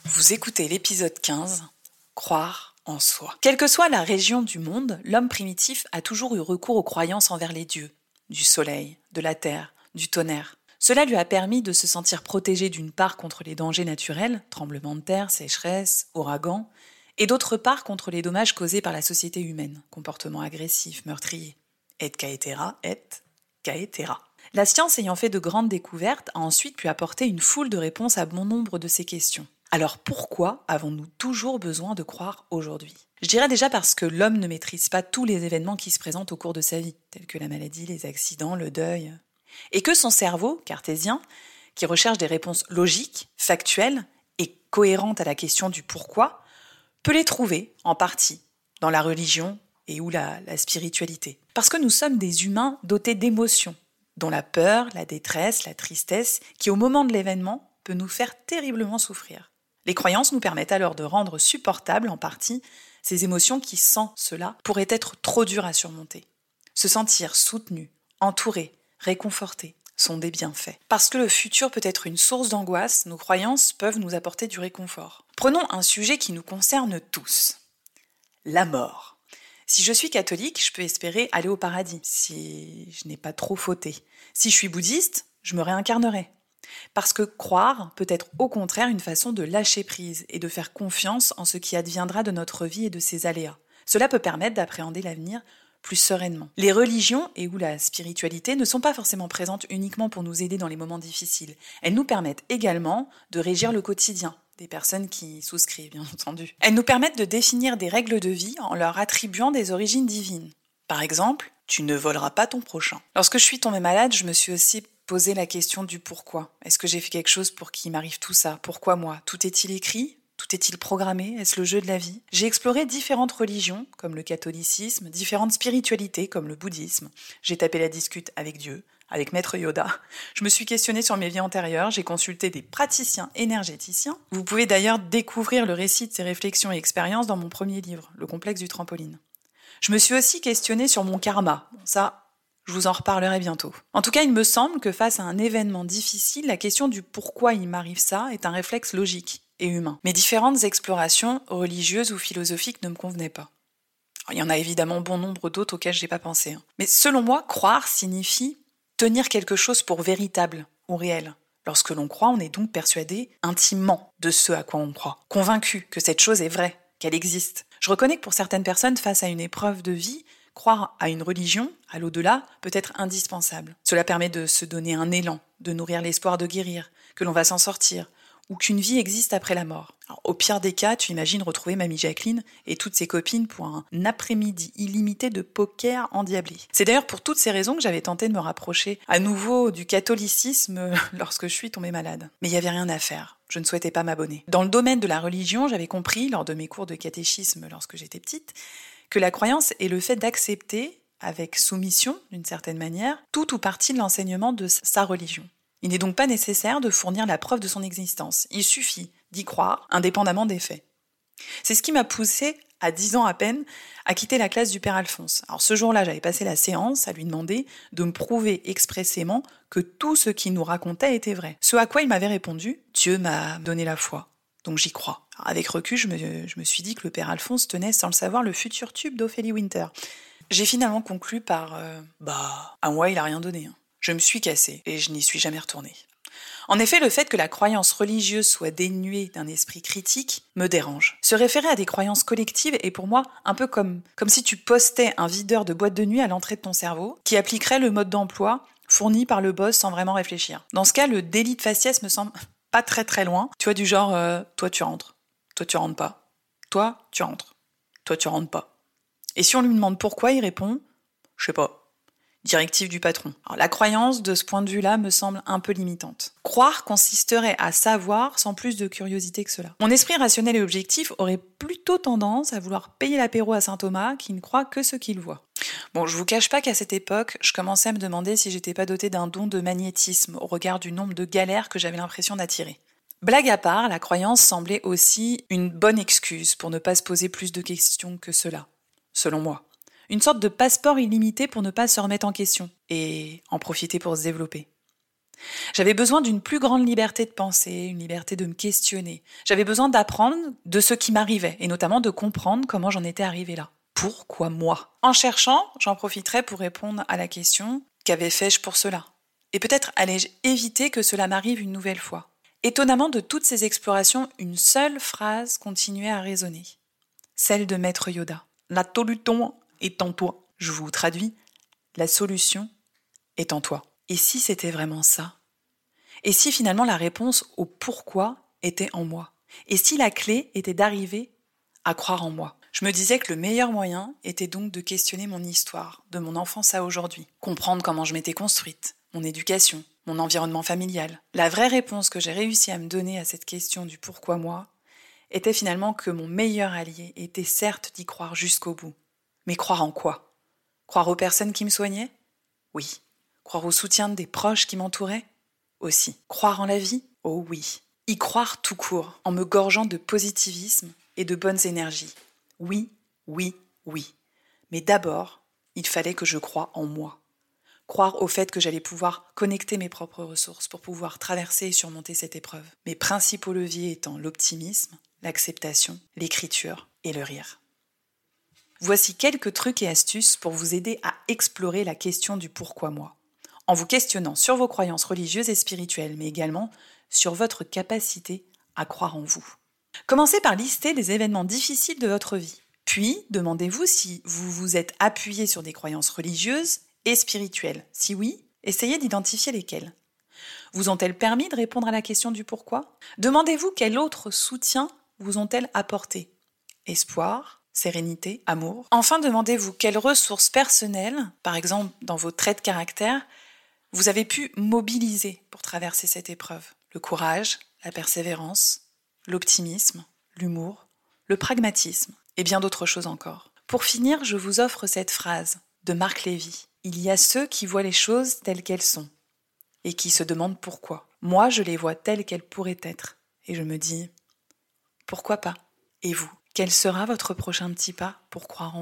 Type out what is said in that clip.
Vous écoutez l'épisode 15, Croire en soi. Quelle que soit la région du monde, l'homme primitif a toujours eu recours aux croyances envers les dieux, du soleil, de la terre, du tonnerre. Cela lui a permis de se sentir protégé d'une part contre les dangers naturels, tremblements de terre, sécheresse, ouragans, et d'autre part contre les dommages causés par la société humaine, comportements agressifs, meurtriers, et caetera. La science ayant fait de grandes découvertes a ensuite pu apporter une foule de réponses à bon nombre de ces questions. Alors pourquoi avons-nous toujours besoin de croire aujourd'hui ? Je dirais déjà parce que l'homme ne maîtrise pas tous les événements qui se présentent au cours de sa vie, tels que la maladie, les accidents, le deuil. Et que son cerveau, cartésien, qui recherche des réponses logiques, factuelles et cohérentes à la question du pourquoi, peut les trouver, en partie, dans la religion et ou la spiritualité. Parce que nous sommes des humains dotés d'émotions, dont la peur, la détresse, la tristesse, qui au moment de l'événement peut nous faire terriblement souffrir. Les croyances nous permettent alors de rendre supportables en partie ces émotions qui, sans cela, pourraient être trop dures à surmonter. Se sentir soutenu, entouré, réconforté sont des bienfaits. Parce que le futur peut être une source d'angoisse, nos croyances peuvent nous apporter du réconfort. Prenons un sujet qui nous concerne tous. La mort. Si je suis catholique, je peux espérer aller au paradis, si je n'ai pas trop fauté. Si je suis bouddhiste, je me réincarnerai. Parce que croire peut être au contraire une façon de lâcher prise et de faire confiance en ce qui adviendra de notre vie et de ses aléas. Cela peut permettre d'appréhender l'avenir plus sereinement. Les religions et ou la spiritualité ne sont pas forcément présentes uniquement pour nous aider dans les moments difficiles. Elles nous permettent également de régir le quotidien des personnes qui souscrivent, bien entendu. Elles nous permettent de définir des règles de vie en leur attribuant des origines divines. Par exemple, tu ne voleras pas ton prochain. Lorsque je suis tombée malade, je me suis aussi posé la question du pourquoi. Est-ce que j'ai fait quelque chose pour qu'il m'arrive tout ça ? Pourquoi moi ? Tout est-il écrit ? Tout est-il programmé ? Est-ce le jeu de la vie ? J'ai exploré différentes religions, comme le catholicisme, différentes spiritualités, comme le bouddhisme. J'ai tapé la discute avec Dieu, avec Maître Yoda. Je me suis questionnée sur mes vies antérieures, j'ai consulté des praticiens énergéticiens. Vous pouvez d'ailleurs découvrir le récit de ces réflexions et expériences dans mon premier livre, Le complexe du trampoline. Je me suis aussi questionnée sur mon karma. Ça, je vous en reparlerai bientôt. En tout cas, il me semble que face à un événement difficile, la question du pourquoi il m'arrive ça est un réflexe logique et humain. Mes différentes explorations religieuses ou philosophiques ne me convenaient pas. Alors, il y en a évidemment bon nombre d'autres auxquelles je n'ai pas pensé. Mais selon moi, croire signifie tenir quelque chose pour véritable ou réel. Lorsque l'on croit, on est donc persuadé intimement de ce à quoi on croit, convaincu que cette chose est vraie, qu'elle existe. Je reconnais que pour certaines personnes, face à une épreuve de vie, croire à une religion, à l'au-delà, peut être indispensable. Cela permet de se donner un élan, de nourrir l'espoir de guérir, que l'on va s'en sortir, ou qu'une vie existe après la mort. Alors, au pire des cas, tu imagines retrouver Mamie Jacqueline et toutes ses copines pour un après-midi illimité de poker endiablé. C'est d'ailleurs pour toutes ces raisons que j'avais tenté de me rapprocher à nouveau du catholicisme lorsque je suis tombée malade. Mais il n'y avait rien à faire. Je ne souhaitais pas m'abonner. Dans le domaine de la religion, j'avais compris, lors de mes cours de catéchisme lorsque j'étais petite, que la croyance est le fait d'accepter, avec soumission d'une certaine manière, tout ou partie de l'enseignement de sa religion. Il n'est donc pas nécessaire de fournir la preuve de son existence. Il suffit d'y croire, indépendamment des faits. C'est ce qui m'a poussée, à 10 ans à peine, à quitter la classe du père Alphonse. Alors ce jour-là, j'avais passé la séance à lui demander de me prouver expressément que tout ce qu'il nous racontait était vrai. Ce à quoi il m'avait répondu « Dieu m'a donné la foi, donc j'y crois ». Avec recul, je me suis dit que le père Alphonse tenait sans le savoir le futur tube d'Ophélie Winter. J'ai finalement conclu par à moi il a rien donné. Je me suis cassée et je n'y suis jamais retournée. En effet, le fait que la croyance religieuse soit dénuée d'un esprit critique me dérange. Se référer à des croyances collectives est pour moi un peu comme si tu postais un videur de boîte de nuit à l'entrée de ton cerveau qui appliquerait le mode d'emploi fourni par le boss sans vraiment réfléchir. Dans ce cas, le délit de faciès me semble pas très très loin. Tu vois, du genre, toi tu rentres, toi tu rentres pas, toi tu rentres, toi tu rentres pas. Et si on lui demande pourquoi, il répond, je sais pas. Directive du patron. Alors, la croyance, de ce point de vue-là, me semble un peu limitante. Croire consisterait à savoir sans plus de curiosité que cela. Mon esprit rationnel et objectif aurait plutôt tendance à vouloir payer l'apéro à saint Thomas qui ne croit que ce qu'il voit. Bon, je vous cache pas qu'à cette époque, je commençais à me demander si j'étais pas dotée d'un don de magnétisme au regard du nombre de galères que j'avais l'impression d'attirer. Blague à part, la croyance semblait aussi une bonne excuse pour ne pas se poser plus de questions que cela, selon moi. Une sorte de passeport illimité pour ne pas se remettre en question et en profiter pour se développer. J'avais besoin d'une plus grande liberté de penser, une liberté de me questionner. J'avais besoin d'apprendre de ce qui m'arrivait, et notamment de comprendre comment j'en étais arrivée là. Pourquoi moi ? En cherchant, j'en profiterai pour répondre à la question « Qu'avais fait-je pour cela ?» Et peut-être allais-je éviter que cela m'arrive une nouvelle fois. Étonnamment, de toutes ces explorations, une seule phrase continuait à résonner. Celle de Maître Yoda. « La solution est en toi. » Je vous traduis. « La solution est en toi. » Et si c'était vraiment ça ? Et si finalement la réponse au pourquoi était en moi ? Et si la clé était d'arriver à croire en moi ? Je me disais que le meilleur moyen était donc de questionner mon histoire, de mon enfance à aujourd'hui, comprendre comment je m'étais construite, mon éducation, mon environnement familial. La vraie réponse que j'ai réussi à me donner à cette question du pourquoi moi était finalement que mon meilleur allié était certes d'y croire jusqu'au bout. Mais croire en quoi ? Croire aux personnes qui me soignaient ? Oui. Croire au soutien des proches qui m'entouraient ? Aussi. Croire en la vie ? Oh oui. Y croire tout court, en me gorgeant de positivisme et de bonnes énergies. Oui, oui, oui. Mais d'abord, il fallait que je croie en moi. Croire au fait que j'allais pouvoir connecter mes propres ressources pour pouvoir traverser et surmonter cette épreuve. Mes principaux leviers étant l'optimisme, l'acceptation, l'écriture et le rire. Voici quelques trucs et astuces pour vous aider à explorer la question du pourquoi moi, en vous questionnant sur vos croyances religieuses et spirituelles, mais également sur votre capacité à croire en vous. Commencez par lister les événements difficiles de votre vie. Puis, demandez-vous si vous vous êtes appuyé sur des croyances religieuses et spirituelles. Si oui, essayez d'identifier lesquelles. Vous ont-elles permis de répondre à la question du pourquoi ? Demandez-vous quel autre soutien vous ont-elles apporté ? Espoir, sérénité, amour. Enfin, demandez-vous quelles ressources personnelles, par exemple dans vos traits de caractère, vous avez pu mobiliser pour traverser cette épreuve. Le courage, la persévérance, l'optimisme, l'humour, le pragmatisme et bien d'autres choses encore. Pour finir, je vous offre cette phrase de Marc Lévy. Il y a ceux qui voient les choses telles qu'elles sont et qui se demandent pourquoi. Moi, je les vois telles qu'elles pourraient être et je me dis, pourquoi pas ? Et vous ? Quel sera votre prochain petit pas pour croire en vous ?